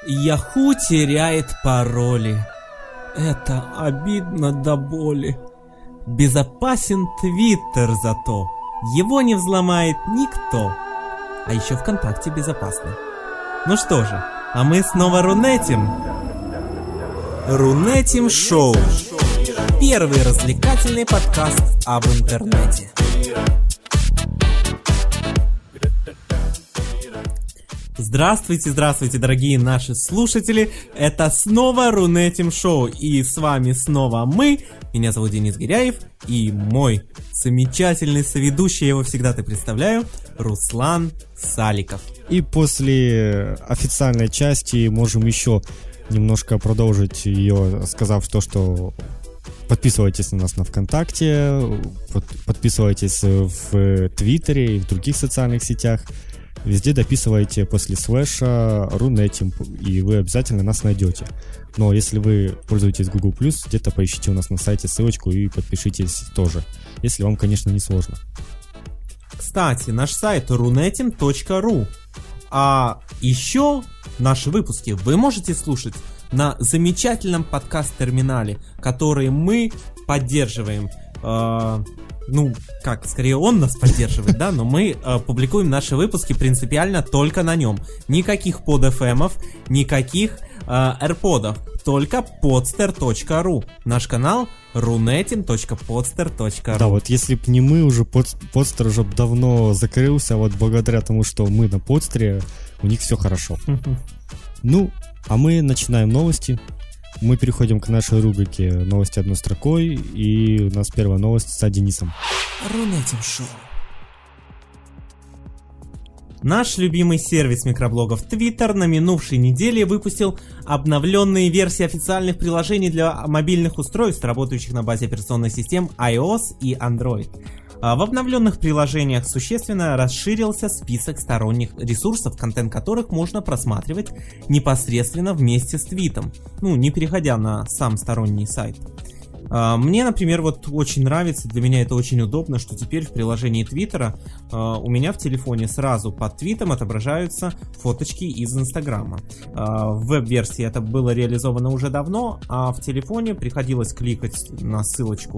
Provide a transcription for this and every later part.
Yahoo теряет пароли. Это обидно до боли. Безопасен Твиттер зато. Его не взломает никто. А еще ВКонтакте безопасно. Ну что же, а мы снова рунетим. Рунетим шоу. Первый развлекательный подкаст об интернете. Здравствуйте, здравствуйте, дорогие наши слушатели. Это снова Рунетим шоу. И с вами снова мы. Меня зовут Денис Гиряев. И мой замечательный соведущий, я его всегда-то представляю, Руслан Саликов. И после официальной части можем еще немножко продолжить ее, сказав то, что подписывайтесь на нас на ВКонтакте, подписывайтесь в Твиттере и в других социальных сетях. Везде дописывайте после слэша Рунетим, и вы обязательно нас найдете. Но если вы пользуетесь Google+, где-то поищите у нас на сайте ссылочку и подпишитесь тоже, если вам, конечно, не сложно. Кстати, наш сайт runetim.ru. А еще наши выпуски вы можете слушать на замечательном подкаст-терминале, который мы поддерживаем. Скорее он нас поддерживает, да, но мы публикуем наши выпуски принципиально только на нем. Никаких pod-fm'ов, никаких AirPod'ов, только podster.ru. Наш канал runetim.podster.ru. Да, вот если б не мы, уже Podster уже давно закрылся, вот благодаря тому, что мы на Podster, у них все хорошо. Ну, а мы начинаем новости. Мы переходим к нашей рубрике «Новости одной строкой», и у нас первая новость с Денисом. Рунетим шоу. Наш любимый сервис микроблогов Twitter на минувшей неделе выпустил обновленные версии официальных приложений для мобильных устройств, работающих на базе операционных систем iOS и Android. В обновленных приложениях существенно расширился список сторонних ресурсов, контент которых можно просматривать непосредственно вместе с твитом, не переходя на сам сторонний сайт. Мне, например, вот очень нравится, для меня это очень удобно, что теперь в приложении Твиттера у меня в телефоне сразу под твитом отображаются фоточки из Инстаграма. В веб-версии это было реализовано уже давно, а в телефоне приходилось кликать на ссылочку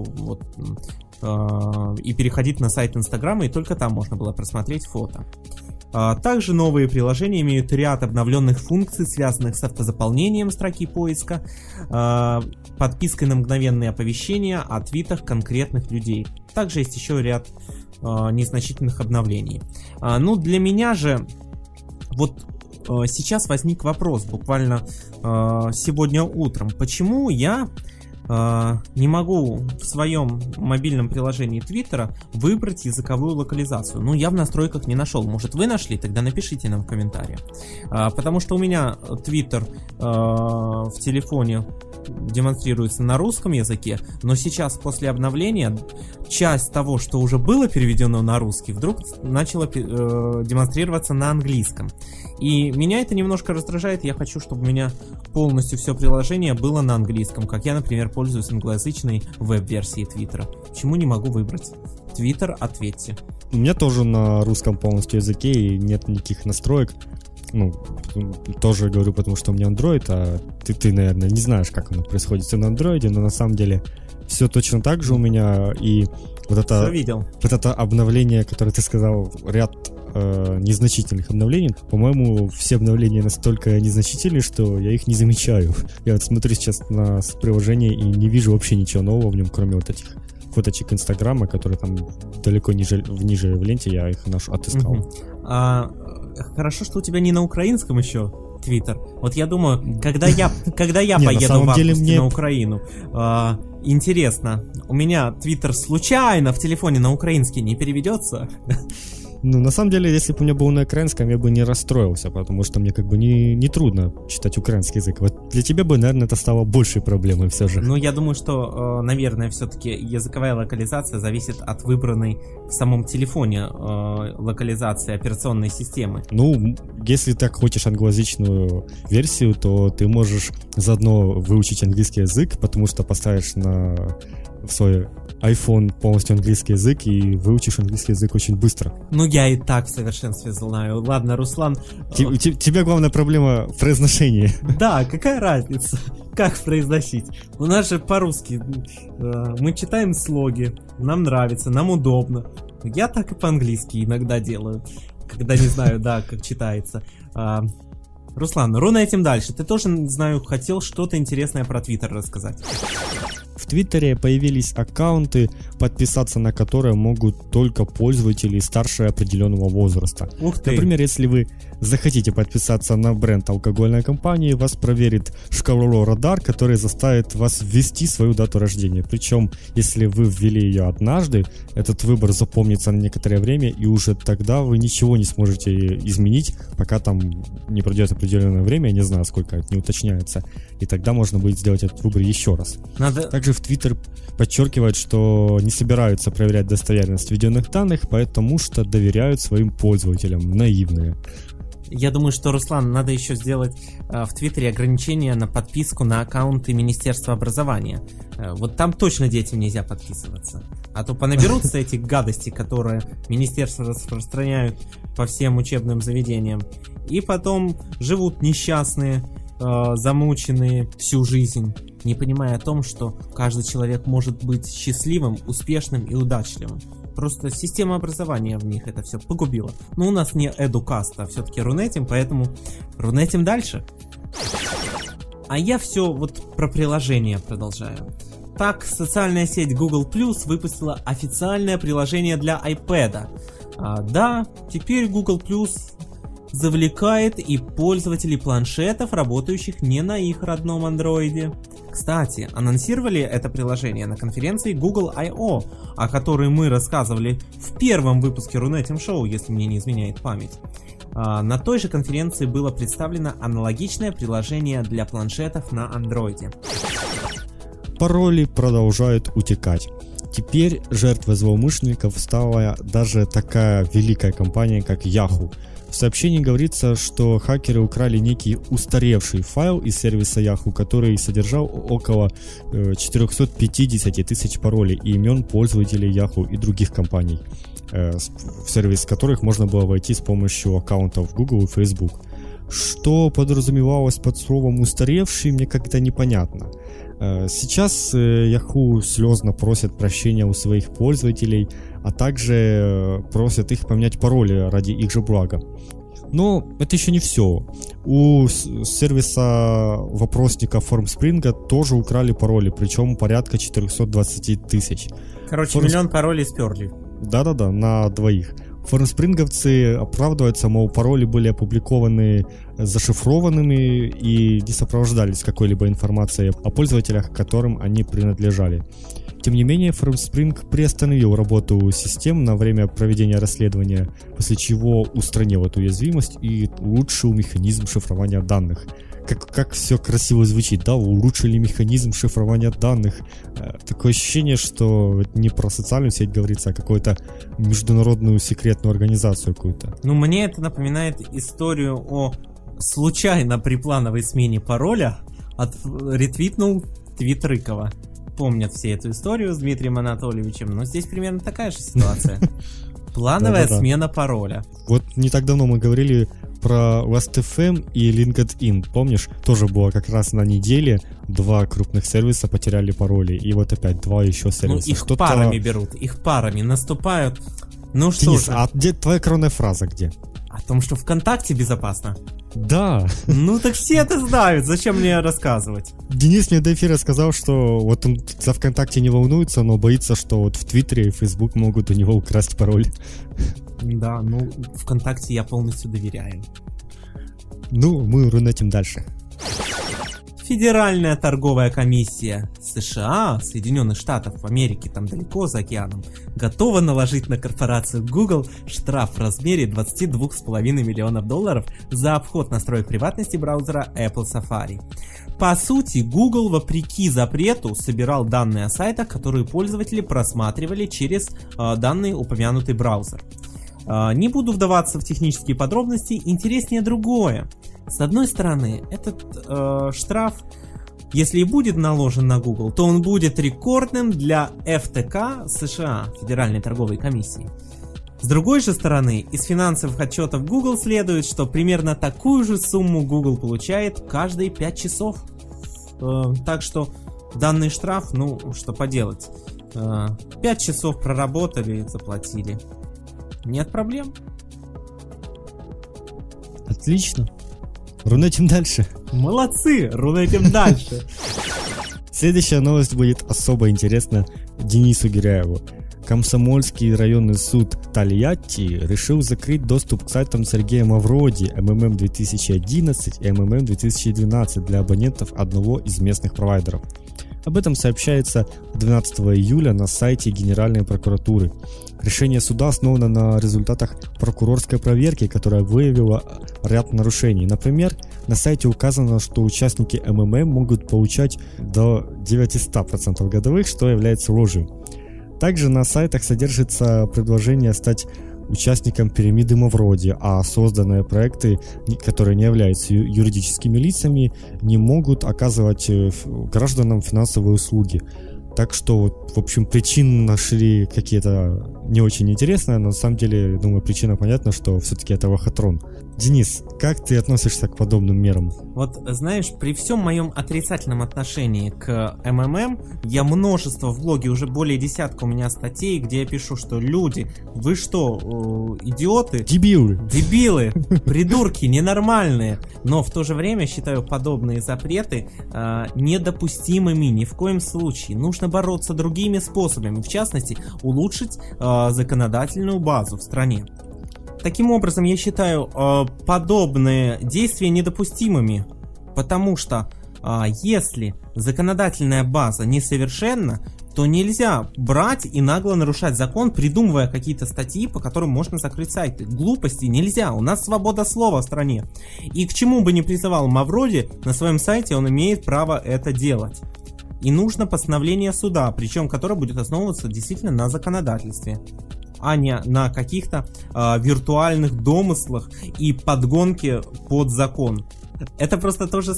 и переходить на сайт Инстаграма, и только там можно было просмотреть фото. Также новые приложения имеют ряд обновленных функций, связанных с автозаполнением строки поиска, подпиской на мгновенные оповещения о твитах конкретных людей. Также есть еще ряд незначительных обновлений. Для меня же сейчас возник вопрос, буквально сегодня утром, почему я не могу в своем мобильном приложении Твиттера выбрать языковую локализацию. Я в настройках не нашел. Может, вы нашли? Тогда напишите нам в комментариях. Потому что у меня Твиттер в телефоне демонстрируется на русском языке, но сейчас после обновления часть того, что уже было переведено на русский, вдруг начало демонстрироваться на английском. И меня это немножко раздражает. Я хочу, чтобы у меня полностью все приложение было на английском, как я, например, пользуюсь англоязычной веб-версией Твиттера. Почему не могу выбрать? Твиттер, ответьте. У меня тоже на русском полностью языке и нет никаких настроек. Тоже говорю, потому что у меня Android, а ты, наверное, не знаешь, как оно происходит на Android, но на самом деле все точно так же у меня. И вот это обновление, которое ты сказал, ряд незначительных обновлений, по-моему, все обновления настолько незначительные, что я их не замечаю. Я вот смотрю сейчас на приложение и не вижу вообще ничего нового в нем, кроме вот этих фоточек Инстаграма, которые там далеко ниже в ленте, я их отыскал. Хорошо, что у тебя не на украинском еще Твиттер. Вот я думаю, когда я поеду в августе на Украину, интересно, у меня Твиттер случайно в телефоне на украинский не переведется? На самом деле, если бы у меня был на украинском, я бы не расстроился, потому что мне не трудно читать украинский язык. Вот для тебя бы, наверное, это стало большей проблемой все же. Я думаю, что, наверное, все-таки языковая локализация зависит от выбранной в самом телефоне локализации операционной системы. Если ты хочешь англоязычную версию, то ты можешь заодно выучить английский язык, потому что поставишь на в свой iPhone полностью английский язык и выучишь английский язык очень быстро. Ну, я и так в совершенстве знаю. Ладно, Руслан... У тебя главная проблема в произношении. Да, какая разница, как произносить? У нас же по-русски. Мы читаем слоги, нам нравится, нам удобно. Я так и по-английски иногда делаю, когда не знаю, да, как читается. Руслан, этим дальше. Ты тоже, знаю, хотел что-то интересное про Твиттер рассказать. В Твиттере появились аккаунты, подписаться на которые могут только пользователи старше определенного возраста. Ух ты. Например, если вы захотите подписаться на бренд алкогольной компании, вас проверит шкалоло радар, который заставит вас ввести свою дату рождения. Причем, если вы ввели ее однажды, этот выбор запомнится на некоторое время, и уже тогда вы ничего не сможете изменить, пока там не пройдет определенное время, я не знаю, сколько это не уточняется, и тогда можно будет сделать этот выбор еще раз. Также в Twitter подчеркивают, что не собираются проверять достоверность введенных данных, потому что доверяют своим пользователям, наивные. Я думаю, что, Руслан, надо еще сделать в Твиттере ограничение на подписку на аккаунты Министерства образования. Вот там точно детям нельзя подписываться. А то понаберутся эти гадости, которые министерство распространяют по всем учебным заведениям. И потом живут несчастные, замученные всю жизнь, не понимая о том, что каждый человек может быть счастливым, успешным и удачливым. Просто система образования в них это все погубила. Но у нас не Эдукаст, а все-таки Рунетим, поэтому Рунетим дальше. А я все вот про приложение продолжаю. Так, социальная сеть Google Plus выпустила официальное приложение для iPad. Да, теперь Google Plus завлекает и пользователей планшетов, работающих не на их родном андроиде. Кстати, анонсировали это приложение на конференции Google I.O., о которой мы рассказывали в первом выпуске Рунетим Шоу, если мне не изменяет память. На той же конференции было представлено аналогичное приложение для планшетов на андроиде. Пароли продолжают утекать. Теперь жертвой злоумышленников стала даже такая великая компания, как Yahoo. В сообщении говорится, что хакеры украли некий устаревший файл из сервиса Yahoo, который содержал около 450 тысяч паролей и имен пользователей Yahoo и других компаний, в сервис которых можно было войти с помощью аккаунтов Google и Facebook. Что подразумевалось под словом «устаревший», мне как-то непонятно. Сейчас Yahoo слезно просят прощения у своих пользователей, а также просят их поменять пароли ради их же блага. Но это еще не все. У сервиса вопросника FormSpring тоже украли пароли, причем порядка 420 тысяч. Короче, миллион паролей сперли. Да-да-да, на двоих. Формспринговцы оправдываются, мол, пароли были опубликованы зашифрованными и не сопровождались какой-либо информацией о пользователях, которым они принадлежали. Тем не менее, FormSpring приостановил работу систем на время проведения расследования, после чего устранил эту уязвимость и улучшил механизм шифрования данных. Как все красиво звучит, да, улучшили механизм шифрования данных. Такое ощущение, что не про социальную сеть говорится, а какую-то международную секретную организацию какую-то. Ну, мне это напоминает историю о случайно при плановой смене пароля ретвитнул твит Рыкова. Помнят все эту историю с Дмитрием Анатольевичем, но здесь примерно такая же ситуация. Плановая смена пароля. Вот не так давно мы говорили про Last.fm и LinkedIn, помнишь? Тоже было как раз на неделе два крупных сервиса потеряли пароли, и вот опять два еще сервиса. Ну, их парами берут, их парами наступают. Ну что Денис, же? а где твоя коронная фраза где? О том, что ВКонтакте безопасно. Да. Ну так все это знают, зачем мне рассказывать? Денис мне до эфира сказал, что вот он за ВКонтакте не волнуется, но боится, что вот в Твиттере и Facebook могут у него украсть пароль. Да, ну ВКонтакте я полностью доверяю. Ну, мы рунетим дальше. Федеральная торговая комиссия США, Соединенных Штатов Америки, там далеко за океаном, готова наложить на корпорацию Google штраф в размере $22,5 миллионов за обход настроек приватности браузера Apple Safari. По сути, Google, вопреки запрету, собирал данные о сайтах, которые пользователи просматривали через данный упомянутый браузер. Не буду вдаваться в технические подробности, интереснее другое. С одной стороны, этот штраф если и будет наложен на Google, то он будет рекордным для ФТК США, Федеральной торговой комиссии. С другой же стороны, из финансовых отчетов Google следует, что примерно такую же сумму Google получает каждые 5 часов. Так что данный штраф, ну, что поделать. 5 часов проработали, заплатили. Нет проблем. Отлично. Рунетим дальше. Молодцы, рунетим дальше. Следующая новость будет особо интересна Денису Гиряеву. Комсомольский районный суд Тольятти решил закрыть доступ к сайтам Сергея Мавроди МММ 2011 и МММ 2012 для абонентов одного из местных провайдеров. Об этом сообщается 12 июля на сайте Генеральной прокуратуры. Решение суда основано на результатах прокурорской проверки, которая выявила ряд нарушений. Например, на сайте указано, что участники МММ могут получать до 900% годовых, что является ложью. Также на сайтах содержится предложение стать участником пирамиды Мавроди, а созданные проекты, которые не являются юридическими лицами, не могут оказывать гражданам финансовые услуги. Так что, в общем, причин нашли какие-то не очень интересные, но на самом деле, думаю, причина понятна, что все-таки это лохотрон. Денис, как ты относишься к подобным мерам? Вот, знаешь, при всем моем отрицательном отношении к МММ, я множество в блоге, уже более десятка у меня статей, где я пишу, что люди, вы что, идиоты? Дебилы, придурки, ненормальные. Но в то же время считаю подобные запреты недопустимыми ни в коем случае. Нужно бороться другими способами, в частности, улучшить законодательную базу в стране. Таким образом, я считаю подобные действия недопустимыми, потому что если законодательная база несовершенна, то нельзя брать и нагло нарушать закон, придумывая какие-то статьи, по которым можно закрыть сайты. Глупости нельзя, у нас свобода слова в стране. И к чему бы ни призывал Мавроди, на своем сайте он имеет право это делать. И нужно постановление суда, причем которое будет основываться действительно на законодательстве, а не на каких-то виртуальных домыслах и подгонке под закон. Это просто то же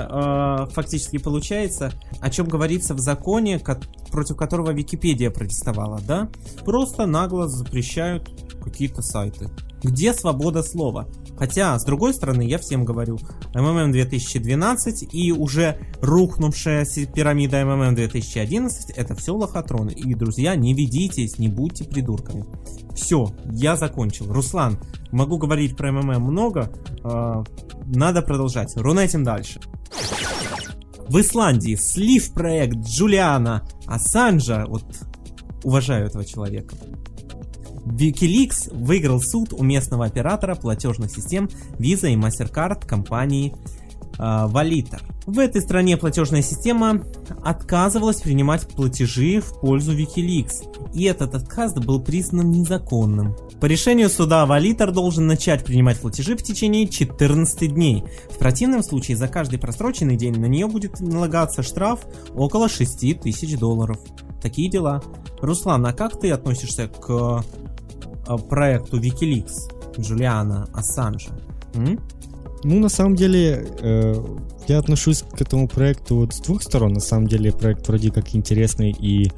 самое фактически получается, о чем говорится в законе, против которого Википедия протестовала, да? Просто нагло запрещают какие-то сайты. Где свобода слова? Хотя, с другой стороны, я всем говорю, МММ 2012 и уже рухнувшая пирамида МММ 2011 это все лохотроны. И, друзья, не ведитесь, не будьте придурками. Все, я закончил. Руслан, могу говорить про МММ много, надо продолжать. Рунетим дальше. В Исландии слив проект Джулиана Ассанжа, вот уважаю этого человека. WikiLeaks выиграл суд у местного оператора платежных систем Visa и MasterCard компании Valitor. В этой стране платежная система отказывалась принимать платежи в пользу WikiLeaks, и этот отказ был признан незаконным. По решению суда Valitor должен начать принимать платежи в течение 14 дней. В противном случае за каждый просроченный день на нее будет налагаться штраф около $6000. Такие дела. Руслан, а как ты относишься к проекту WikiLeaks Джулиана Ассанжа? Ну, на самом деле, я отношусь к этому проекту вот с двух сторон. На самом деле, проект вроде как интересный и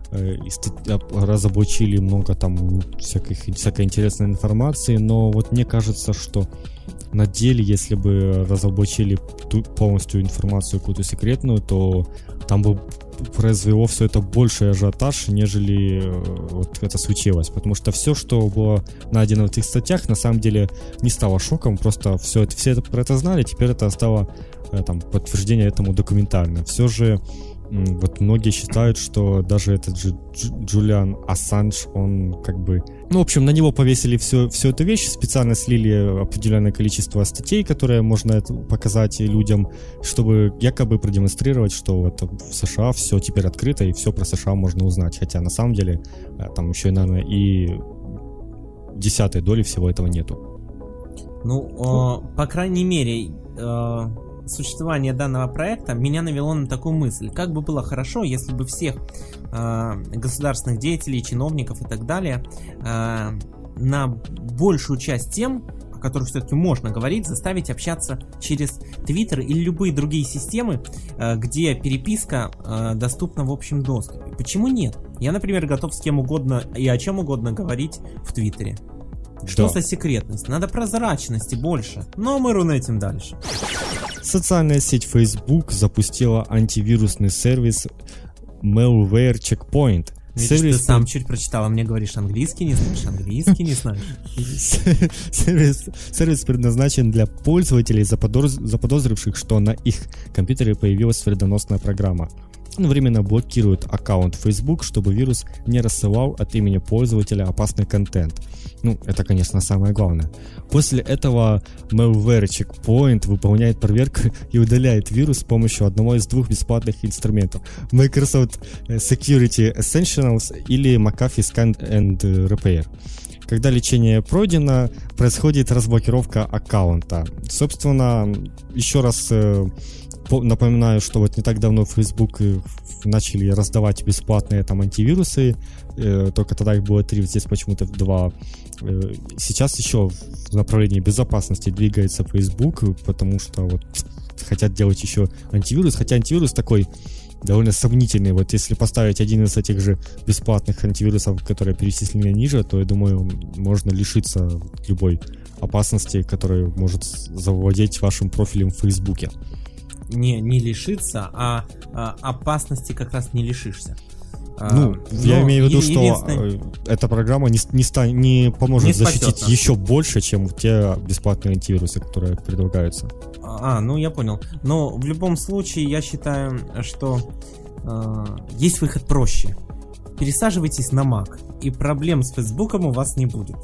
разоблачили много там всякой интересной информации, но вот мне кажется, что на деле, если бы разоблачили полностью информацию какую-то секретную, то там бы произвело все это больше ажиотаж, нежели вот это случилось. Потому что все, что было найдено в этих статьях, на самом деле не стало шоком, просто все это про это знали, теперь это стало там подтверждение этому документально. Все же вот многие считают, что даже этот же Джулиан Ассанж, он как бы... Ну, в общем, на него повесили всю эту вещь, специально слили определенное количество статей, которые можно показать людям, чтобы якобы продемонстрировать, что это в США все теперь открыто, и все про США можно узнать. Хотя на самом деле там еще, наверное, и 10% доли всего этого нету. Ну, по крайней мере... существование данного проекта меня навело на такую мысль. Как бы было хорошо, если бы всех государственных деятелей, чиновников и так далее на большую часть тем, о которых все-таки можно говорить, заставить общаться через Twitter или любые другие системы, где переписка доступна в общем доступе. Почему нет? Я, например, готов с кем угодно и о чем угодно говорить в Твиттере. Что за секретность? Надо прозрачности больше. Но мы рунетим дальше. Социальная сеть Facebook запустила антивирусный сервис Malware Checkpoint. Видишь, ты сам чуть прочитал, а мне говоришь, английский не знаешь. Сервис предназначен для пользователей, заподозривших, что на их компьютере появилась вредоносная программа. Он временно блокирует аккаунт Facebook, чтобы вирус не рассылал от имени пользователя опасный контент. Ну, это, конечно, самое главное. После этого Malware Checkpoint выполняет проверку и удаляет вирус с помощью одного из двух бесплатных инструментов: Microsoft Security Essentials или McAfee Scan and Repair. Когда лечение пройдено, происходит разблокировка аккаунта. Собственно, еще раз напоминаю, что вот не так давно в Facebook начали раздавать бесплатные там антивирусы, только тогда их было 3, здесь почему-то 2. Сейчас еще в направлении безопасности двигается Facebook, потому что вот хотят делать еще антивирус, хотя антивирус такой довольно сомнительный. Вот если поставить один из этих же бесплатных антивирусов, которые перечислены ниже, то, я думаю, можно лишиться любой опасности, которая может завладеть вашим профилем в Фейсбуке. Не лишиться, а опасности как раз не лишишься. Я имею в виду, что эта программа не поможет защитить еще больше, чем те бесплатные антивирусы, которые предлагаются. Я понял. Но в любом случае я считаю, что есть выход проще. Пересаживайтесь на Mac, и проблем с Фейсбуком у вас не будет.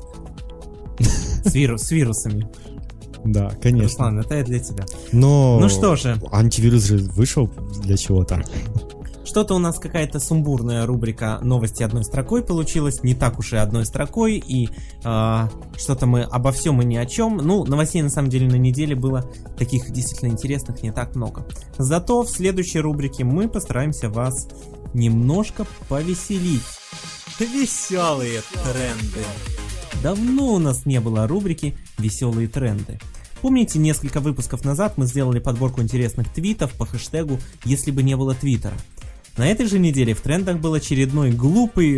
С вирусами. Да, конечно. Руслан, это я для тебя. Но ну что же. Антивирус же вышел для чего-то. Что-то у нас какая-то сумбурная рубрика «Новости одной строкой» получилась. Не так уж и одной строкой. И что-то мы обо всем и ни о чем. Новостей на самом деле на неделе было таких действительно интересных не так много. Зато в следующей рубрике мы постараемся вас немножко повеселить. Веселые тренды. Давно у нас не было рубрики «Веселые тренды». Помните, несколько выпусков назад мы сделали подборку интересных твитов по хэштегу «Если бы не было Твиттера». На этой же неделе в трендах был очередной глупый,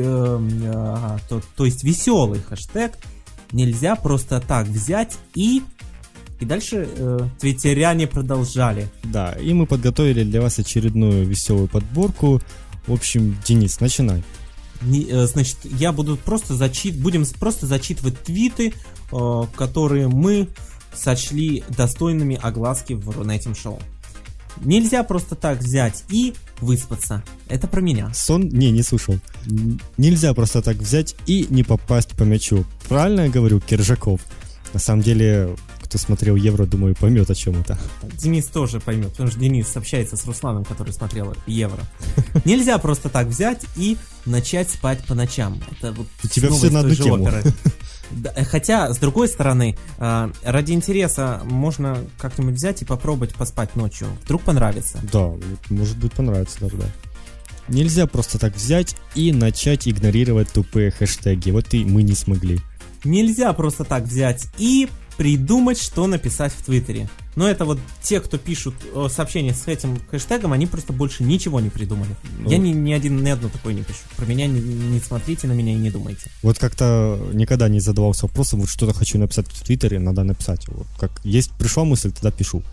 то есть веселый хэштег «Нельзя просто так взять и...» И дальше твиттеряне продолжали. Да, и мы подготовили для вас очередную веселую подборку. В общем, Денис, начинай. Значит, будем просто зачитывать твиты, которые мы сочли достойными огласки в Рунетим шоу. Нельзя просто так взять и выспаться. Это про меня. Сон? Не слушал. Нельзя просто так взять и не попасть по мячу. Правильно я говорю, Киржаков? На самом деле, кто смотрел Евро, думаю, поймет, о чем это. Денис тоже поймет, потому что Денис общается с Русланом, который смотрел Евро. Нельзя просто так взять и начать спать по ночам. Это вот у тебя все на одну тему. Хотя, с другой стороны, ради интереса можно как-нибудь взять и попробовать поспать ночью. Вдруг понравится. Да, может быть понравится даже, да. Нельзя просто так взять и начать игнорировать тупые хэштеги. Вот и мы не смогли. Нельзя просто так взять и придумать, что написать в Твиттере. Но это вот те, кто пишут сообщения с этим хэштегом, они просто больше ничего не придумали. Я ни одно такое не пишу. Про меня не смотрите на меня и не думайте. Вот как-то никогда не задавался вопросом, вот что-то хочу написать в Твиттере, надо написать. Вот как есть пришла мысль, тогда пишу.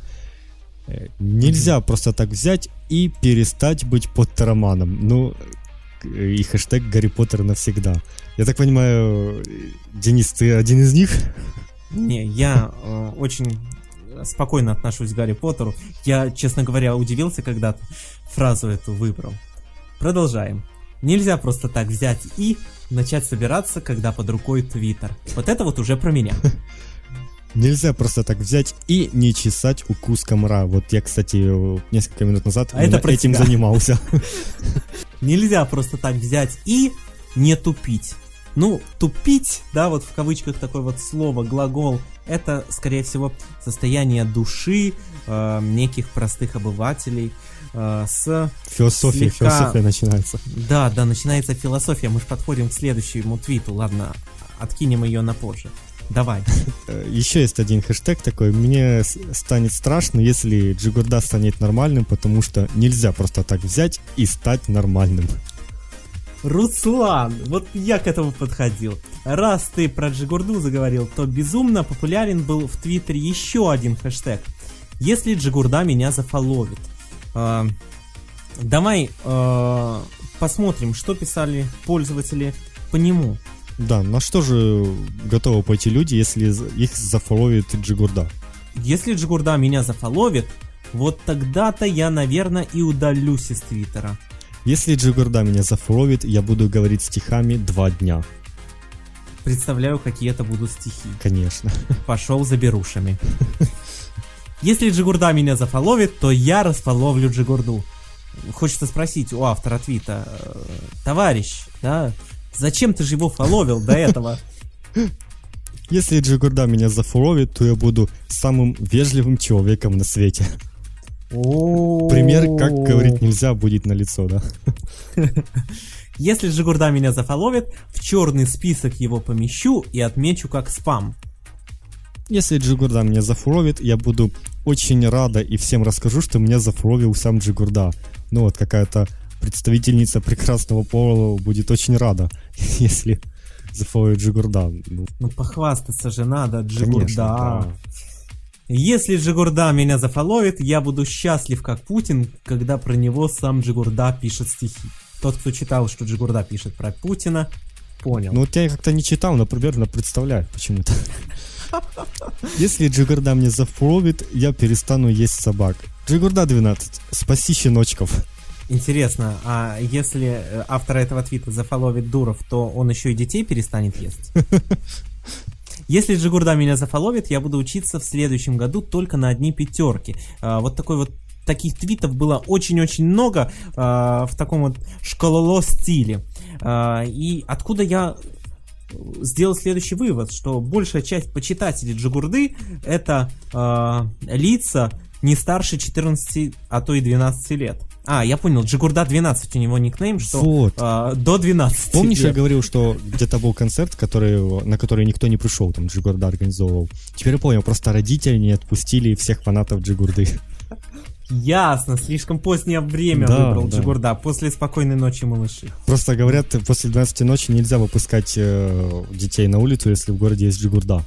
Нельзя просто так взять и перестать быть поттероманом. И хэштег Гарри Поттер навсегда. Я так понимаю, Денис, ты один из них? Не, я очень спокойно отношусь к Гарри Поттеру. Я, честно говоря, удивился, когда фразу эту выбрал. Продолжаем. Нельзя просто так взять и начать собираться, когда под рукой Твиттер. Вот это вот уже про меня. Нельзя просто так взять и не чесать укус комара. Вот я, кстати, несколько минут назад этим занимался. Нельзя просто так взять и не тупить. Тупить, да, вот в кавычках такое вот слово, глагол, это, скорее всего, состояние души неких простых обывателей с... Философия начинается. Да, начинается философия. Мы же подходим к следующему твиту, ладно, откинем ее на позже. Давай. Еще есть один хэштег такой. Мне станет страшно, если Джигурда станет нормальным, потому что нельзя просто так взять и стать нормальным. Руслан, вот я к этому подходил. Раз ты про Джигурду заговорил, то безумно популярен был в Твиттере еще один хэштег. Если Джигурда меня зафоловит. Давай посмотрим, что писали пользователи по нему. Да, на что же готовы пойти люди, если их зафоловит Джигурда? Если Джигурда меня зафоловит, вот тогда-то я, наверное, и удалюсь из Твиттера. Если Джигурда меня зафоловит, я буду говорить стихами 2 дня. Представляю, какие это будут стихи. Конечно. Пошел за берушами. Если Джигурда меня зафоловит, то я расфоловлю Джигурду. Хочется спросить у автора твита: товарищ, да, зачем ты же его фоловил до этого? Если Джигурда меня зафоловит, то я буду самым вежливым человеком на свете. Пример, как говорить нельзя, будет налицо, да? Если Джигурда меня зафоловит, в черный список его помещу и отмечу как спам. Если Джигурда меня зафоловит, я буду очень рада и всем расскажу, что меня зафоловил сам Джигурда. Ну вот какая-то представительница прекрасного пола будет очень рада, если зафоловит Джигурда. Ну похвастаться же надо, Джигурда. Конечно, да. Если Джигурда меня зафоловит, я буду счастлив как Путин, когда про него сам Джигурда пишет стихи. Тот, кто читал, что Джигурда пишет про Путина, понял. Ну вот я как-то не читал, но примерно представляю почему-то. Если Джигурда меня зафоловит, я перестану есть собак. Джигурда 12, спаси щеночков. Интересно, а если автора этого твита зафоловит Дуров, то он еще и детей перестанет есть? Если Джигурда меня зафоловит, я буду учиться в следующем году только на одни 5. Вот таких твитов было очень-очень много в таком вот школоло стиле. И откуда я сделал следующий вывод, что большая часть почитателей Джигурды это лица не старше 14, а то и 12 лет. Я понял, Джигурда 12 у него никнейм, что вот. До 12 Помнишь, лет. я говорил, что где-то был концерт, на который никто не пришел, там Джигурда организовывал. Теперь я понял, просто родители не отпустили всех фанатов Джигурды. Ясно, слишком позднее время выбрал Джигурда, после «Спокойной ночи, малыши». Просто говорят, после 12 ночи нельзя выпускать детей на улицу, если в городе есть Джигурда.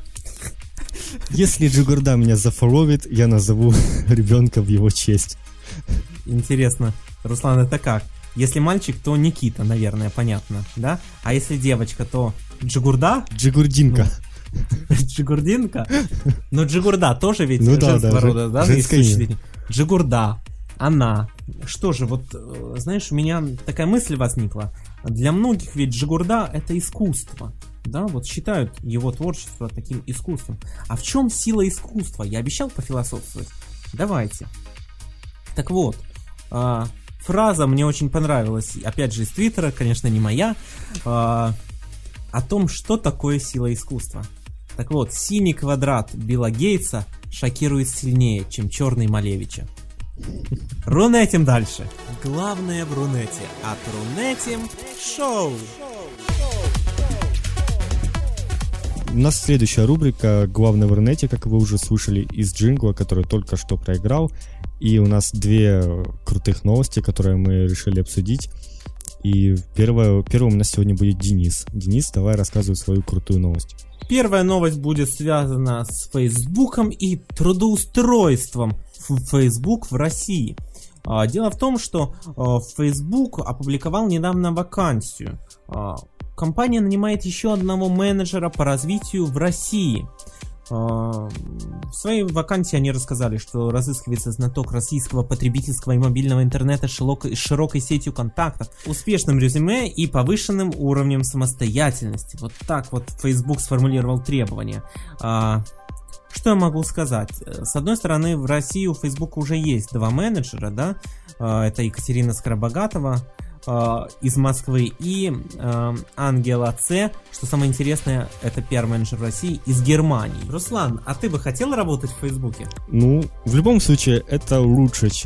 Если Джигурда меня зафоловит, я назову ребенка в его честь. Интересно, Руслан, это как? Если мальчик, то Никита, наверное, понятно, да? А если девочка, то Джигурда? Джигурдинка. Джигурдинка? Но Джигурда тоже ведь женского рода, да? Женское имя. Джигурда, она. Что же, вот, знаешь, у меня такая мысль возникла. Для многих ведь Джигурда это искусство. Да, вот считают его творчество таким искусством. А в чем сила искусства? Я обещал пофилософствовать. Давайте. Так вот, фраза мне очень понравилась, опять же из Твиттера, конечно, не моя, о том, что такое сила искусства. Так вот, синий квадрат Билла Гейтса шокирует сильнее, чем черный Малевича. Рунетим дальше. Главное в Рунете. От Рунетим шоу. У нас следующая рубрика «Главное в Рунете», как вы уже слышали из джингла, который только что проиграл. И у нас 2 крутых новости, которые мы решили обсудить. И первым у нас сегодня будет Денис. Денис, давай рассказывай свою крутую новость. Первая новость будет связана с Фейсбуком и трудоустройством в Facebook в России. Дело в том, что Facebook опубликовал недавно вакансию. Компания нанимает еще одного менеджера по развитию в России. В своей вакансии они рассказали, что разыскивается знаток российского потребительского и мобильного интернета с широкой сетью контактов, успешным резюме и повышенным уровнем самостоятельности. Вот так вот Facebook сформулировал требования. Что я могу сказать? С одной стороны, в России у Facebook уже есть 2 менеджера, да? Это Екатерина Скоробогатова из Москвы и Ангела Ц, что самое интересное, это пиар-менеджер в России из Германии. Руслан, а ты бы хотел работать в Фейсбуке? Ну, в любом случае, это лучше, чем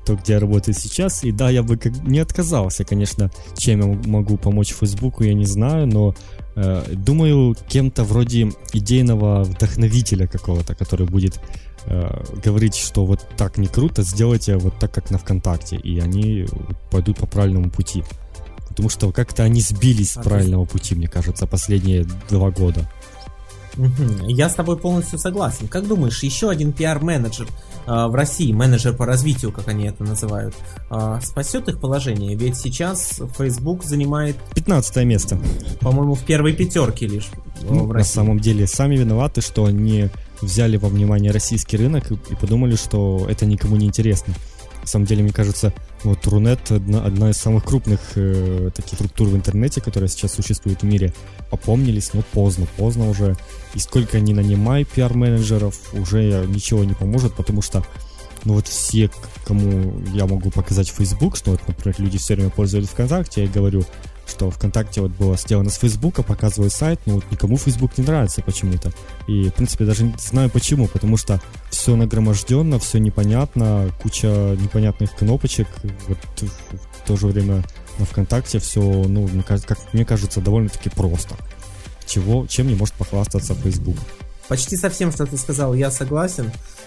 то, где я работаю сейчас. И да, я бы не отказался, конечно, чем я могу помочь Фейсбуку, я не знаю, но думаю, кем-то вроде идейного вдохновителя какого-то, который будет говорить, что вот так не круто, сделайте вот так, как на ВКонтакте, и они пойдут по правильному пути. Потому что как-то они сбились с правильного пути, мне кажется, последние 2 года. Я с тобой полностью согласен. Как думаешь, еще один пиар-менеджер в России, менеджер по развитию, как они это называют, спасет их положение? Ведь сейчас Facebook занимает 15 место. По-моему, в первой 5 лишь в России. На самом деле, сами виноваты, что они взяли во внимание российский рынок и подумали, что это никому не интересно. На самом деле, мне кажется, вот Рунет одна из самых крупных таких структур в интернете, которая сейчас существует в мире. Опомнились, но поздно уже. И сколько ни нанимай пиар-менеджеров, уже ничего не поможет, потому что ну вот все, кому я могу показать Facebook, что вот, например, люди все время пользовались ВКонтакте, я говорю, что ВКонтакте вот было сделано с Фейсбука, показываю сайт, но вот никому Facebook не нравится почему-то. И, в принципе, даже не знаю почему, потому что все нагроможденно, все непонятно, куча непонятных кнопочек. Вот в то же время на ВКонтакте все, ну, как мне кажется, довольно-таки просто. Чем не может похвастаться Facebook. Почти со всем, что ты сказал, я согласен.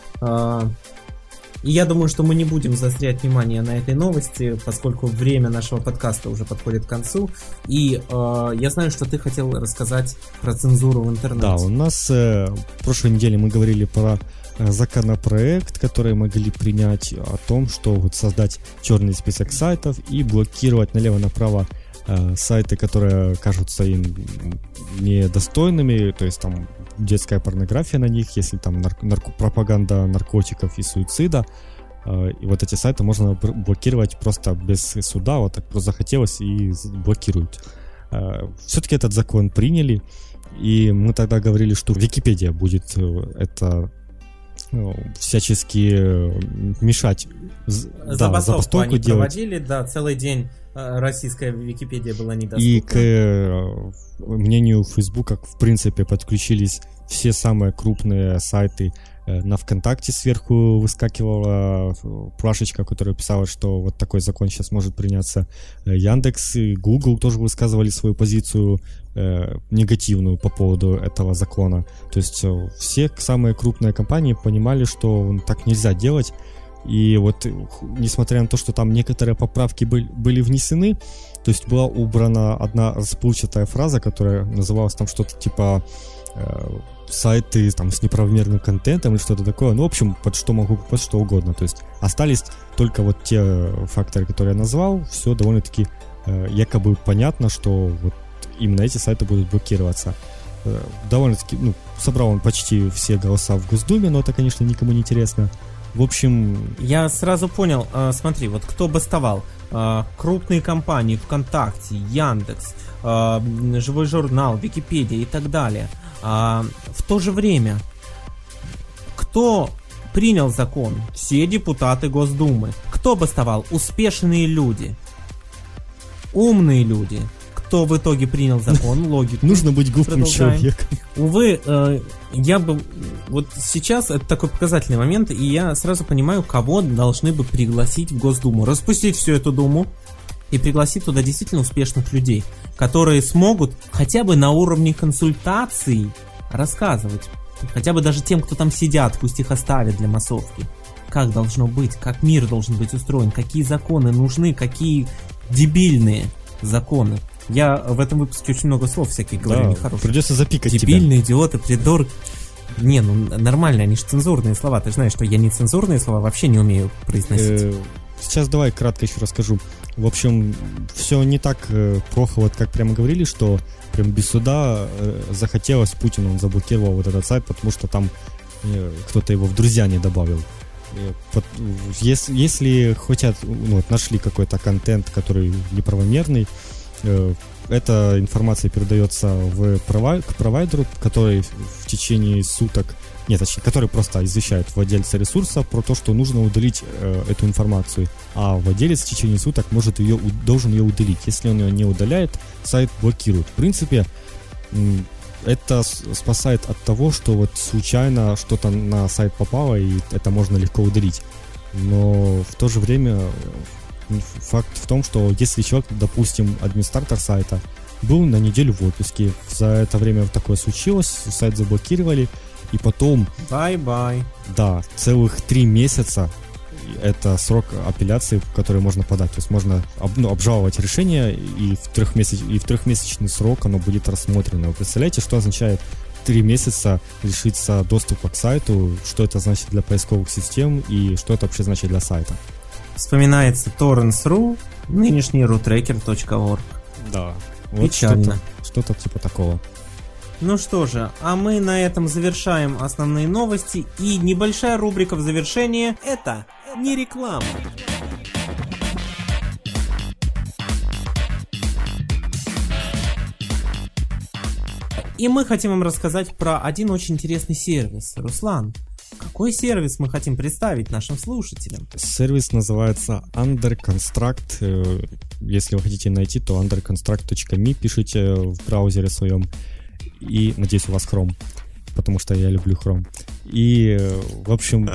И я думаю, что мы не будем заострять внимание на этой новости, поскольку время нашего подкаста уже подходит к концу. И я знаю, что ты хотел рассказать про цензуру в интернете. Да, у нас в прошлой неделе мы говорили про законопроект, который могли принять, о том, что вот создать черный список сайтов и блокировать налево-направо сайты, которые кажутся им недостойными, то есть там детская порнография на них, если там пропаганда наркотиков и суицида. И вот эти сайты можно блокировать просто без суда, вот так просто захотелось и блокируют. Все-таки этот закон приняли, и мы тогда говорили, что Википедия будет это всячески мешать, забастовку они делать. Проводили, да, целый день российская Википедия была недоступна. И к мнению Фейсбука, в принципе, подключились все самые крупные сайты. На ВКонтакте сверху выскакивала плашечка, которая писала, что вот такой закон сейчас может приняться. Яндекс и Google тоже высказывали свою позицию негативную по поводу этого закона. То есть все самые крупные компании понимали, что так нельзя делать. И вот, несмотря на то, что там некоторые поправки были внесены, то есть была убрана одна расплывчатая фраза, которая называлась там что-то типа сайты там с неправомерным контентом или что-то такое. Ну, в общем, под что могу попасть, что угодно. То есть остались только вот те факторы, которые я назвал. Все довольно-таки якобы понятно, что вот именно эти сайты будут блокироваться. Довольно-таки, собрал он почти все голоса в Госдуме, но это, конечно, никому не интересно. В общем... Я сразу понял, смотри, вот кто бастовал. Крупные компании, ВКонтакте, Яндекс, Живой журнал, Википедия и так далее. В то же время, кто принял закон? Все депутаты Госдумы. Кто бастовал? Успешные люди, умные люди. Кто в итоге принял закон? Логику. Нужно быть глупым человеком. Увы, я бы... Вот сейчас это такой показательный момент, и я сразу понимаю, кого должны бы пригласить в Госдуму. Распустить всю эту Думу и пригласить туда действительно успешных людей, которые смогут хотя бы на уровне консультаций рассказывать. Хотя бы даже тем, кто там сидят, пусть их оставят для массовки. Как должно быть, как мир должен быть устроен, какие законы нужны, какие дебильные законы. Я в этом выпуске очень много слов всяких говорю, нехороших. Придется запикать дебильные, идиоты, придурки. Не, нормально, они же цензурные слова. Ты знаешь, что я не цензурные слова вообще не умею произносить. Сейчас давай кратко еще расскажу. В общем, все не так плохо, вот как прямо говорили, что прям без суда захотелось Путину, он заблокировал вот этот сайт, потому что там кто-то его в друзья не добавил. Если хотят, нашли какой-то контент, который неправомерный, эта информация передается к провайдеру, который в течение суток, который просто извещает владельца ресурса про то, что нужно удалить эту информацию, а владелец в течение суток должен ее удалить. Если он ее не удаляет, сайт блокирует. В принципе, это спасает от того, что вот случайно что-то на сайт попало, и это можно легко удалить. но в то же время факт в том, что если человек, допустим, администратор сайта, был на неделю в отпуске, за это время такое случилось, сайт заблокировали, и потом... Бай-бай. Да, целых 3 месяца это срок апелляции, который можно подать. То есть можно обжаловать решение, и в трехмесячный срок оно будет рассмотрено. Вы представляете, что означает 3 месяца лишиться доступа к сайту, что это значит для поисковых систем и что это вообще значит для сайта? Вспоминается torrents.ru, нынешний rutracker.org. Да. Вот печально. Что-то типа такого. Ну что же, а мы на этом завершаем основные новости, и небольшая рубрика в завершение — это не реклама. И мы хотим вам рассказать про один очень интересный сервис. Руслан, какой сервис мы хотим представить нашим слушателям? Сервис называется Underconstruct. Если вы хотите найти, то underconstruct.me пишите в браузере своем. И, надеюсь, у вас Chrome, потому что я люблю Chrome. И, в общем,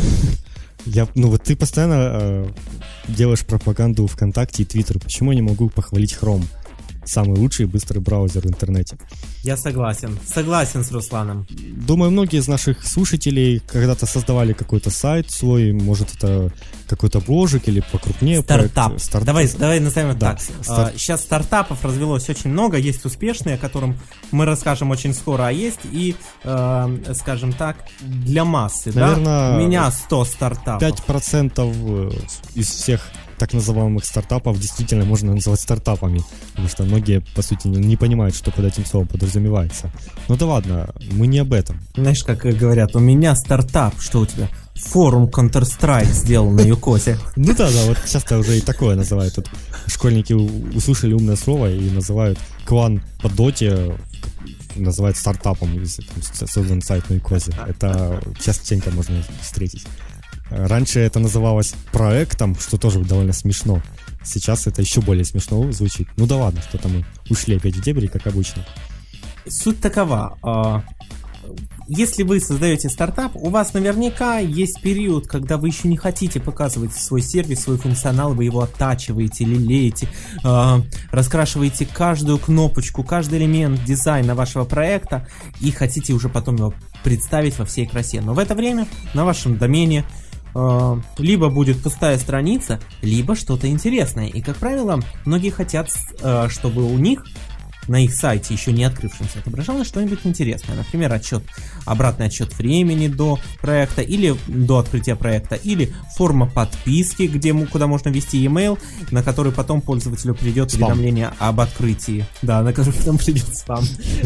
ты постоянно делаешь пропаганду ВКонтакте и Твиттеру. Почему я не могу похвалить Chrome? Самый лучший и быстрый браузер в интернете. Я согласен с Русланом. Думаю, многие из наших слушателей когда-то создавали какой-то сайт свой, может это какой-то бложик или покрупнее. Стартап. Проект. Давай назовем так. Сейчас стартапов развелось очень много, есть успешные, о котором мы расскажем очень скоро, а есть и, скажем так, для массы. Наверное, да? У меня 100 стартапов. 5% из всех так называемых стартапов действительно можно называть стартапами, потому что многие, по сути, не понимают, что под этим словом подразумевается. Ну да ладно, мы не об этом. Знаешь, как говорят, у меня стартап, что у тебя? Форум Counter-Strike сделал на Юкосе. Ну да, вот часто уже и такое называют. Тут школьники услышали умное слово и называют клан по доте, называют стартапом, если там создан сайт на Юкосе. Это частенько можно встретить. Раньше это называлось проектом, что тоже довольно смешно. Сейчас это еще более смешно звучит. Ну да ладно, что-то мы ушли опять в дебри, как обычно. Суть такова. Если вы создаете стартап, у вас наверняка есть период, когда вы еще не хотите показывать свой сервис, свой функционал, вы его оттачиваете, лелеете, раскрашиваете каждую кнопочку, каждый элемент дизайна вашего проекта и хотите уже потом его представить во всей красе. Но в это время на вашем домене либо будет пустая страница, либо что-то интересное. И, как правило, многие хотят, чтобы у них на их сайте, еще не открывшемся, отображалось что-нибудь интересное. Например, обратный отсчет времени до проекта, или до открытия проекта, или форма подписки, куда можно ввести e-mail, на который потом пользователю придет уведомление об открытии. Да, на который потом придет спам.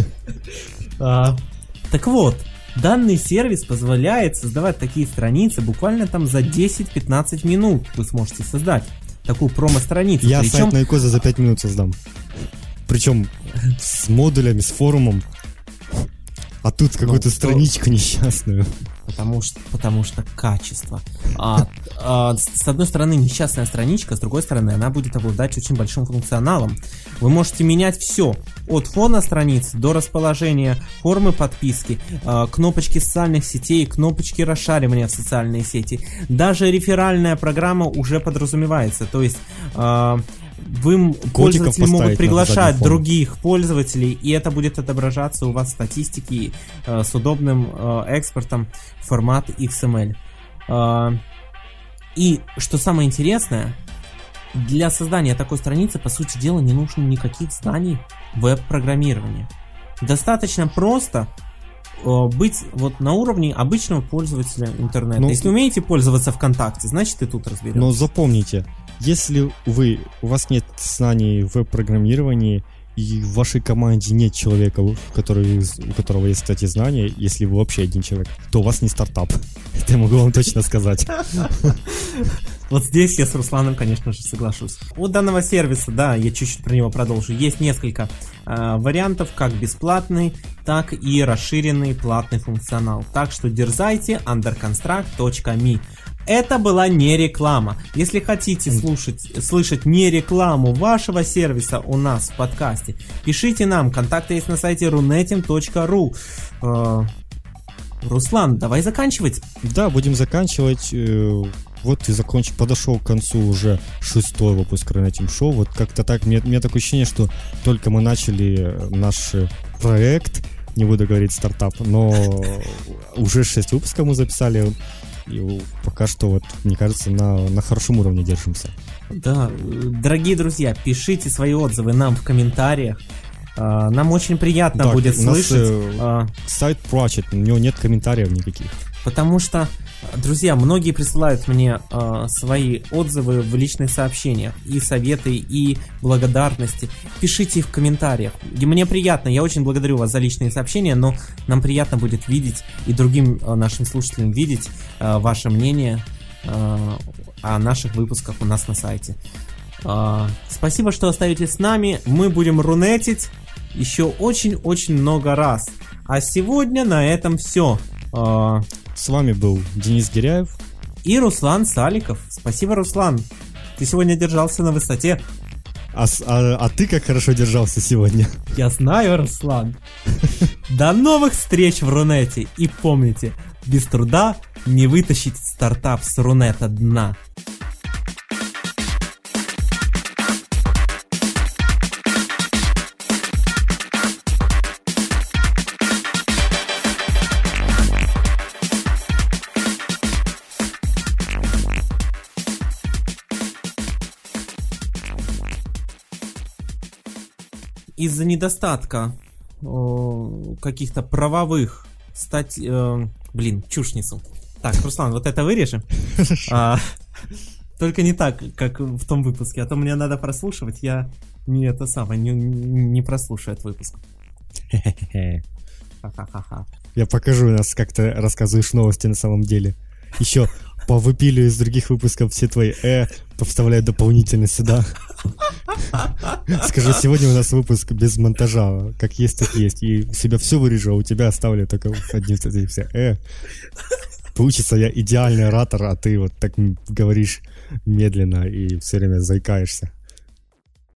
Так вот, данный сервис позволяет создавать такие страницы буквально там за 10-15 минут. Вы сможете создать такую промо-страницу. Я сайт на Юкосе за 5 минут создам. Причем с модулями, с форумом. А тут какую-то страничку несчастную. Потому что качество. С одной стороны несчастная страничка, с другой стороны она будет обладать очень большим функционалом. Вы можете менять все. От фона страниц до расположения формы подписки, кнопочки социальных сетей, кнопочки расшаривания в социальные сети. Даже реферальная программа уже подразумевается. То есть пользователи могут приглашать других пользователей, и это будет отображаться у вас в статистике с удобным экспортом в формат XML. И что самое интересное, для создания такой страницы, по сути дела, не нужно никаких знаний веб-программирования. Достаточно просто быть вот на уровне обычного пользователя интернета. Если умеете пользоваться ВКонтакте, значит и тут разберетесь. Но запомните, если у вас нет знаний в веб-программировании, и в вашей команде нет человека, у которого есть, кстати, знания, если вы вообще один человек, то у вас не стартап. Это я могу вам точно сказать. Вот здесь я с Русланом, конечно же, соглашусь. У данного сервиса, да, я чуть-чуть про него продолжу, есть несколько вариантов, как бесплатный, так и расширенный платный функционал. Так что дерзайте, underconstruct.me. Это была не реклама. Если хотите слышать не рекламу вашего сервиса у нас в подкасте, пишите нам. Контакты есть на сайте runetim.ru. Руслан, давай заканчивать. Да, будем заканчивать. вот ты подошел к концу уже 6-й выпуск Рунетим Шоу. Вот как-то так, мне такое ощущение, что только мы начали наш проект, не буду говорить стартап, но уже 6 выпусков мы записали, и пока что, вот, мне кажется, на хорошем уровне держимся. Да, дорогие друзья, пишите свои отзывы нам в комментариях. Нам очень приятно будет слышать. Сайт плачет, у него нет комментариев никаких. Потому что, друзья, многие присылают мне свои отзывы в личных сообщениях, и советы, и благодарности. Пишите их в комментариях. И мне приятно, я очень благодарю вас за личные сообщения, но нам приятно будет видеть и другим нашим слушателям видеть ваше мнение о наших выпусках у нас на сайте. Спасибо, что остаетесь с нами. Мы будем рунетить еще очень-очень много раз. А сегодня на этом все. С вами был Денис Гиряев и Руслан Саликов. Спасибо, Руслан. Ты сегодня держался на высоте. А ты как хорошо держался сегодня. Я знаю, Руслан. До новых встреч в Рунете. И помните, без труда не вытащить стартап с Рунета дна. Из-за недостатка каких-то правовых статей... чушь несу. Так, Руслан, вот это вырежем. Только не так, как в том выпуске, а то мне надо прослушивать, я не прослушаю этот выпуск. Ха-ха-ха-ха. Я покажу нас, как ты рассказываешь новости на самом деле. Еще повыпилю из других выпусков все твои повставляю дополнительно сюда. Скажу, сегодня у нас выпуск без монтажа, как есть, так есть. И у себя все вырежу, а у тебя оставлю только одни все Получится, я идеальный оратор, а ты вот так говоришь медленно и все время заикаешься.